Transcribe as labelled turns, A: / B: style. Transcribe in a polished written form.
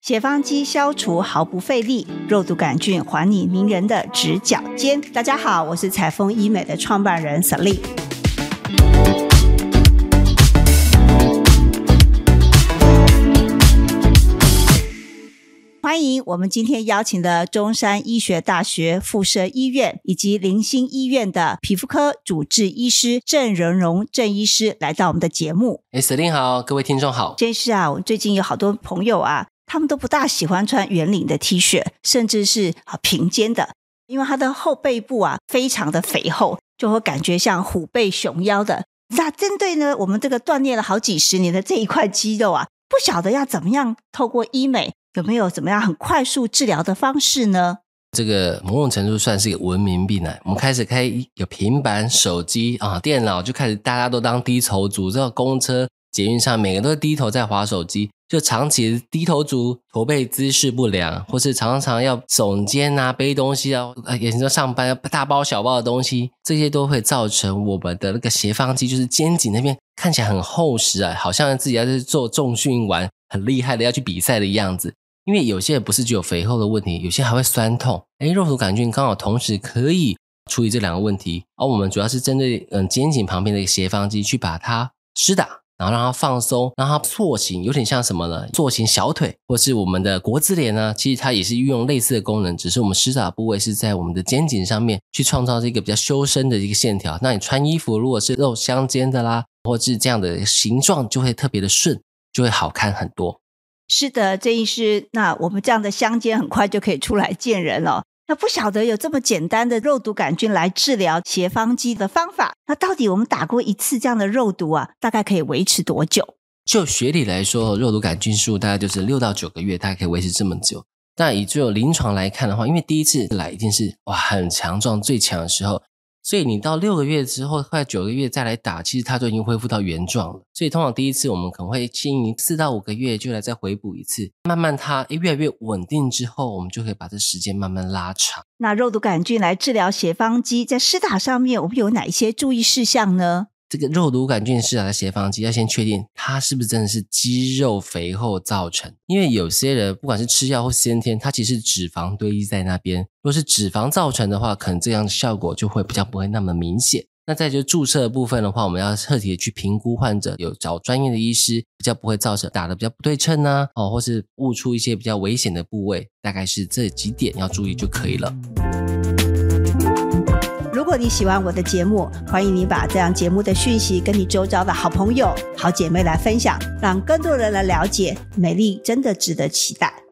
A: 血方肌消除毫不费力，肉毒杆菌还你名人的直角肩。大家好，我是彩丰医美的创办人 Celine。欢迎我们今天邀请的中山医学大学附设医院以及林新医院的皮肤科主治医师郑仁荣郑医师来到我们的节目。
B: Celine 好，各位听众好。
A: 郑医师啊，我最近有好多朋友啊，他们都不大喜欢穿圆领的 T 恤，甚至是平肩的，因为他的后背部啊非常的肥厚，就会感觉像虎背熊腰的。那针对呢我们这个锻炼了好几十年的这一块肌肉啊，不晓得要怎么样透过医美，有没有怎么样很快速治疗的方式呢？
B: 这个某种程度算是一个文明病啊。我们开始有平板手机啊，电脑就开始大家都当低头族，这个公车捷运上每个都是低头在滑手机，就长期低头族驼背姿势不良，或是常常要耸肩啊，背东西啊，也是说上班大包小包的东西，这些都会造成我们的那个斜方肌，就是肩颈那边看起来很厚实啊，好像自己要是做重训完很厉害的要去比赛的样子。因为有些人不是只有肥厚的问题，有些还会酸痛。肉毒杆菌刚好同时可以处理这两个问题，而我们主要是针对肩颈旁边的一个斜方肌去把它施打，然后让它放松，让它塑形，有点像什么呢？塑形小腿，或是我们的国字脸呢，其实它也是运用类似的功能，只是我们施打的部位是在我们的肩颈上面去创造这个比较修身的一个线条。那你穿衣服如果是肉相间的啦，或是这样的形状就会特别的顺，就会好看很多。
A: 是的，郑医师，那我们这样的相间很快就可以出来见人了。那不晓得有这么简单的肉毒杆菌来治疗斜方肌的方法，那到底我们打过一次这样的肉毒啊，大概可以维持多久？
B: 就学理来说，肉毒杆菌数大概就是6到9个月，大概可以维持这么久。但以只有临床来看的话，因为第一次来一定是很强壮最强的时候，所以你到6个月之后快9个月再来打，其实它就已经恢复到原状了。所以通常第一次我们可能会建议4到5个月就来再回补一次，慢慢它越来越稳定之后，我们就可以把这时间慢慢拉长。
A: 那肉毒杆菌来治疗斜方肌，在施打上面我们有哪一些注意事项呢？
B: 这个肉毒杆菌施打的斜方肌要先确定它是不是真的是肌肉肥厚造成，因为有些人不管是吃药或先天，它其实是脂肪堆积在那边，如果是脂肪造成的话，可能这样的效果就会比较不会那么明显。那再就是注射的部分的话，我们要彻底的去评估患者，有找专业的医师，比较不会造成打的比较不对称啊，或是误出一些比较危险的部位，大概是这几点要注意就可以了。
A: 如果你喜欢我的节目，欢迎你把这样节目的讯息跟你周遭的好朋友好姐妹来分享，让更多人来了解美丽真的值得期待。